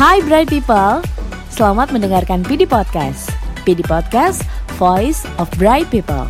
Hai Bright People, selamat mendengarkan PD Podcast. PD Podcast, Voice of Bright People.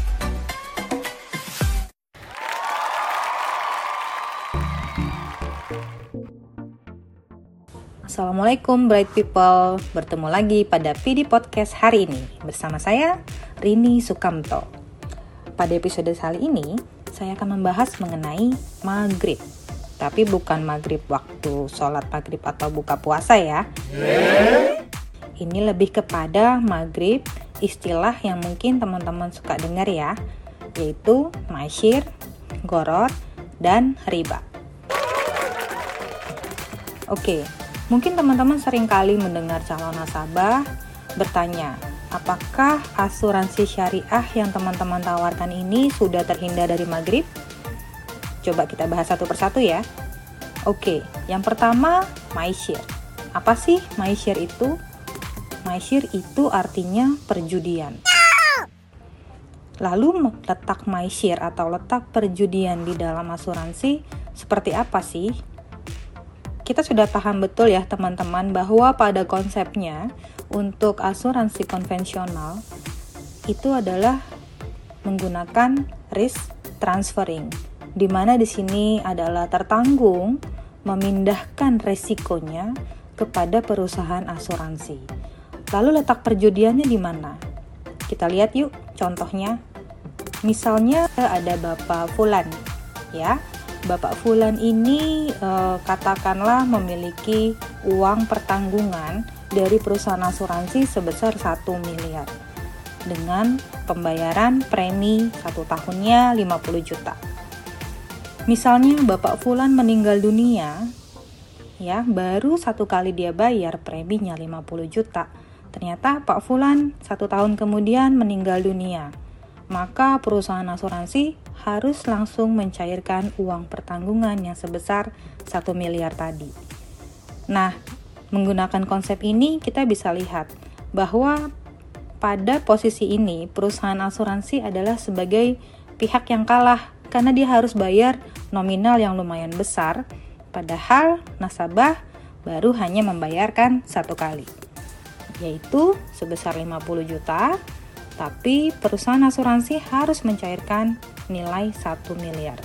Assalamualaikum Bright People, bertemu lagi pada PD Podcast hari ini bersama saya Rini Sukamto. Pada episode kali ini saya akan membahas mengenai maghrib. Tapi bukan maghrib waktu sholat maghrib atau buka puasa ya. Ini lebih kepada maghrib, istilah yang mungkin teman-teman suka dengar ya, yaitu maishir, goror, dan riba. Oke, mungkin teman-teman sering kali mendengar calon nasabah bertanya, apakah asuransi syariah yang teman-teman tawarkan ini sudah terhindar dari maghrib? Coba kita bahas satu persatu ya. Oke, yang pertama maishir. Apa sih maishir itu? Maishir itu artinya perjudian. Lalu letak maishir atau letak perjudian di dalam asuransi seperti apa sih? Kita sudah paham betul ya teman-teman bahwa pada konsepnya untuk asuransi konvensional itu adalah menggunakan risk transferring, di mana di sini adalah tertanggung memindahkan resikonya kepada perusahaan asuransi. Lalu letak perjudiannya di mana? Kita lihat yuk contohnya. Misalnya ada Bapak Fulan, ya. Bapak Fulan ini katakanlah memiliki uang pertanggungan dari perusahaan asuransi sebesar 1 miliar dengan pembayaran premi 1 tahunnya 50 juta. Misalnya Bapak Fulan meninggal dunia, ya, baru 1 kali dia bayar preminya 50 juta. Ternyata Pak Fulan 1 tahun kemudian meninggal dunia. Maka perusahaan asuransi harus langsung mencairkan uang pertanggungan yang sebesar 1 miliar tadi. Nah, menggunakan konsep ini kita bisa lihat bahwa pada posisi ini perusahaan asuransi adalah sebagai pihak yang kalah karena dia harus bayar nominal yang lumayan besar, padahal nasabah baru hanya membayarkan 1 kali, yaitu sebesar 50 juta, tapi perusahaan asuransi harus mencairkan nilai 1 miliar.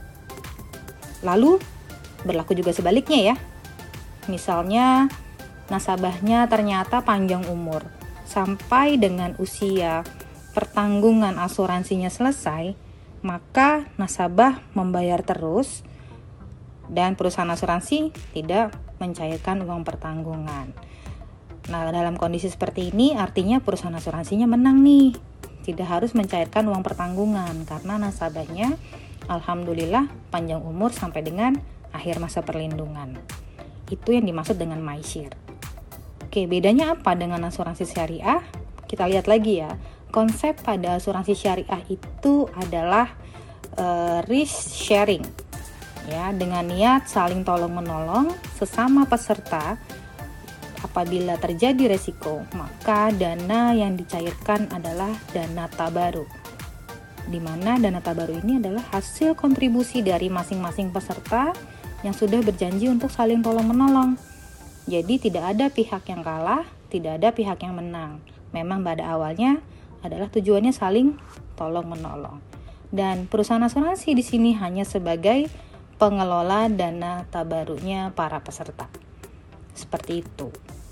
Lalu, berlaku juga sebaliknya ya. Misalnya, nasabahnya ternyata panjang umur, sampai dengan usia pertanggungan asuransinya selesai, maka nasabah membayar terus dan perusahaan asuransi tidak mencairkan uang pertanggungan. Nah, dalam kondisi seperti ini artinya perusahaan asuransinya menang nih. Tidak harus mencairkan uang pertanggungan karena nasabahnya alhamdulillah panjang umur sampai dengan akhir masa perlindungan. Itu yang dimaksud dengan maishir. Oke, bedanya apa dengan asuransi syariah? Kita lihat lagi ya. Konsep pada asuransi syariah itu adalah risk sharing, ya, dengan niat saling tolong-menolong sesama peserta. Apabila terjadi resiko, maka dana yang dicairkan adalah dana tabaru, di mana dana tabaru ini adalah hasil kontribusi dari masing-masing peserta yang sudah berjanji untuk saling tolong-menolong. Jadi tidak ada pihak yang kalah, tidak ada pihak yang menang. Memang pada awalnya adalah tujuannya saling tolong-menolong. Dan perusahaan asuransi di sini hanya sebagai pengelola dana tabarunya para peserta. Seperti itu.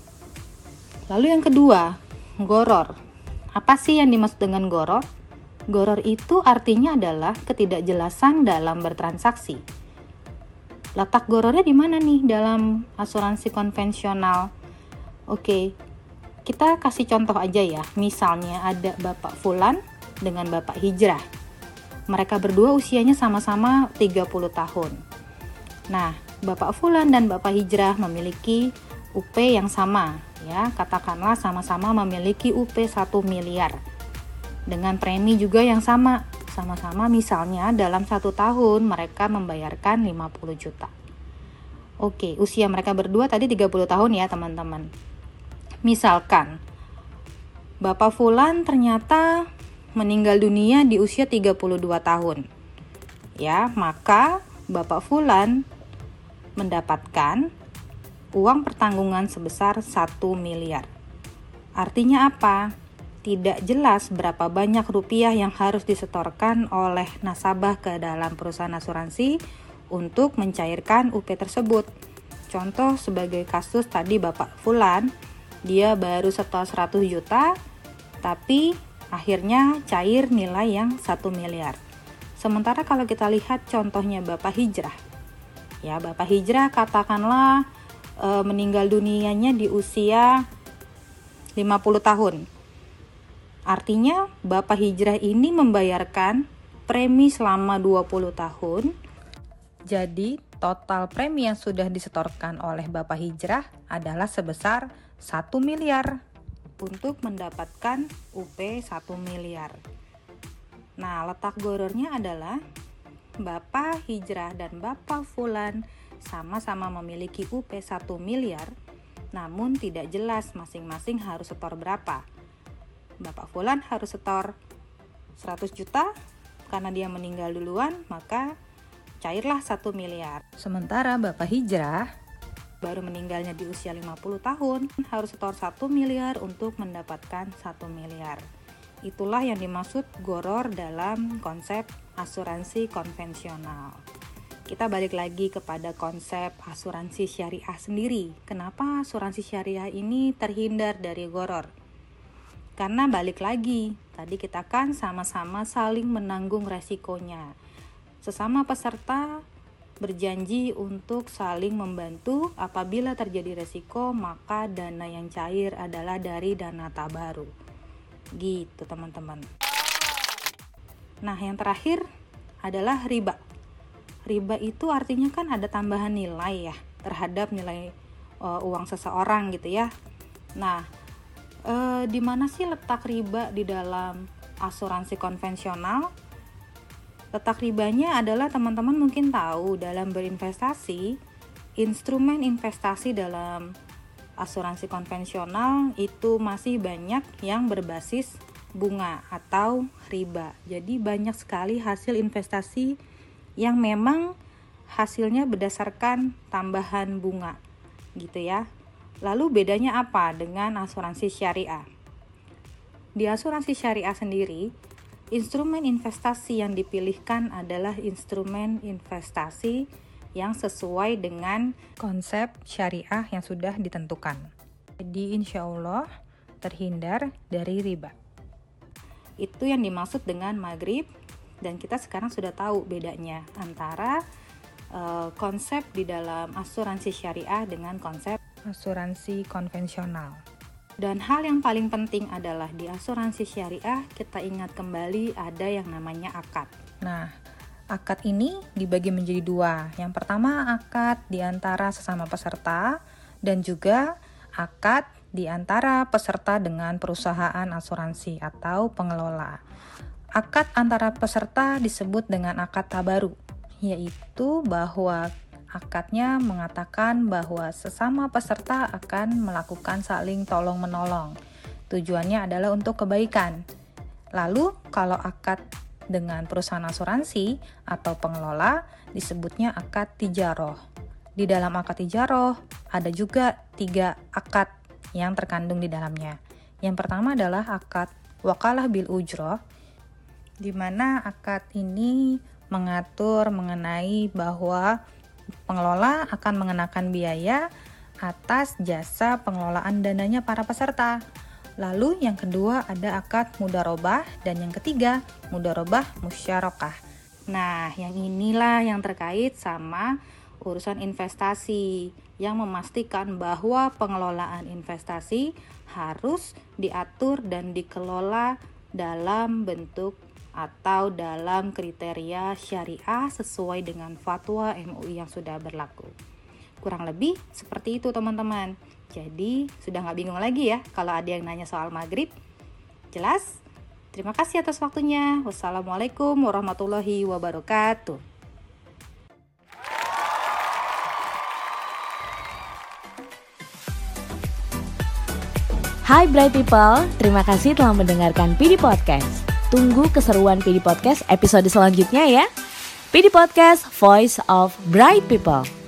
Lalu yang kedua, goror. Apa sih yang dimaksud dengan goror? Goror itu artinya adalah ketidakjelasan dalam bertransaksi. Letak gorornya di mana nih dalam asuransi konvensional? Oke, kita kasih contoh aja ya. Misalnya ada Bapak Fulan dengan Bapak Hijrah. Mereka berdua usianya sama-sama 30 tahun. Nah, Bapak Fulan dan Bapak Hijrah memiliki UP yang sama, ya, katakanlah sama-sama memiliki UP 1 miliar. Dengan premi juga yang sama. Sama-sama misalnya dalam 1 tahun mereka membayarkan 50 juta. Oke, usia mereka berdua tadi 30 tahun ya teman-teman. Misalkan Bapak Fulan ternyata meninggal dunia di usia 32 tahun. Ya, maka Bapak Fulan mendapatkan uang pertanggungan sebesar 1 miliar. Artinya apa? Tidak jelas berapa banyak rupiah yang harus disetorkan oleh nasabah ke dalam perusahaan asuransi untuk mencairkan UP tersebut. Contoh sebagai kasus tadi Bapak Fulan, dia baru setor 100 juta, tapi akhirnya cair nilai yang 1 miliar. Sementara kalau kita lihat contohnya Bapak Hijrah. Ya, Bapak Hijrah katakanlah meninggal dunianya di usia 50 tahun. Artinya Bapak Hijrah ini membayarkan premi selama 20 tahun. Jadi total premi yang sudah disetorkan oleh Bapak Hijrah adalah sebesar 1 miliar untuk mendapatkan UP 1 miliar. Nah, letak gorornya adalah Bapak Hijrah dan Bapak Fulan sama-sama memiliki UP 1 miliar, namun tidak jelas masing-masing harus setor berapa. Bapak Fulan harus setor 100 juta, karena dia meninggal duluan, maka cairlah 1 miliar. Sementara Bapak Hijrah baru meninggalnya di usia 50 tahun, harus setor 1 miliar untuk mendapatkan 1 miliar. Itulah yang dimaksud goror dalam konsep asuransi konvensional. Kita balik lagi kepada konsep asuransi syariah sendiri. Kenapa asuransi syariah ini terhindar dari goror? Karena balik lagi, tadi kita kan sama-sama saling menanggung resikonya. Sesama peserta berjanji untuk saling membantu. Apabila terjadi resiko, maka dana yang cair adalah dari dana tabaru. Gitu teman-teman. Nah, yang terakhir adalah riba. Riba itu artinya kan ada tambahan nilai ya terhadap nilai uang seseorang gitu ya. Nah, di mana sih letak riba di dalam asuransi konvensional? Letak ribanya adalah teman-teman mungkin tahu dalam berinvestasi, instrumen investasi dalam asuransi konvensional itu masih banyak yang berbasis bunga atau riba. Jadi banyak sekali hasil investasi yang memang hasilnya berdasarkan tambahan bunga gitu ya. Lalu bedanya apa dengan asuransi syariah? Di asuransi syariah sendiri, instrumen investasi yang dipilihkan adalah instrumen investasi yang sesuai dengan konsep syariah yang sudah ditentukan. Jadi insya Allah terhindar dari riba. Itu yang dimaksud dengan maghrib, dan kita sekarang sudah tahu bedanya antara konsep di dalam asuransi syariah dengan konsep asuransi konvensional. Dan hal yang paling penting adalah di asuransi syariah kita ingat kembali ada yang namanya akad. Nah, akad ini dibagi menjadi dua. Yang pertama akad di antara sesama peserta dan juga akad di antara peserta dengan perusahaan asuransi atau pengelola. Akad antara peserta disebut dengan akad tabaru, yaitu bahwa akadnya mengatakan bahwa sesama peserta akan melakukan saling tolong-menolong. Tujuannya adalah untuk kebaikan. Lalu kalau akad dengan perusahaan asuransi atau pengelola disebutnya akad tijaroh. Di dalam akad tijaroh ada juga 3 akad yang terkandung di dalamnya. Yang pertama adalah akad wakalah bil ujroh, di mana akad ini mengatur mengenai bahwa pengelola akan mengenakan biaya atas jasa pengelolaan dananya para peserta. Lalu yang kedua ada akad mudharabah dan yang ketiga mudharabah musyarakah. Nah, yang inilah yang terkait sama urusan investasi yang memastikan bahwa pengelolaan investasi harus diatur dan dikelola dalam bentuk atau dalam kriteria syariah sesuai dengan fatwa MUI yang sudah berlaku. Kurang lebih seperti itu teman-teman. Jadi sudah gak bingung lagi ya kalau ada yang nanya soal maghrib. Jelas? Terima kasih atas waktunya. Wassalamualaikum warahmatullahi wabarakatuh. Hai Bright People, terima kasih telah mendengarkan PD Podcast. Tunggu keseruan PD Podcast episode selanjutnya ya. PD Podcast, Voice of Bright People.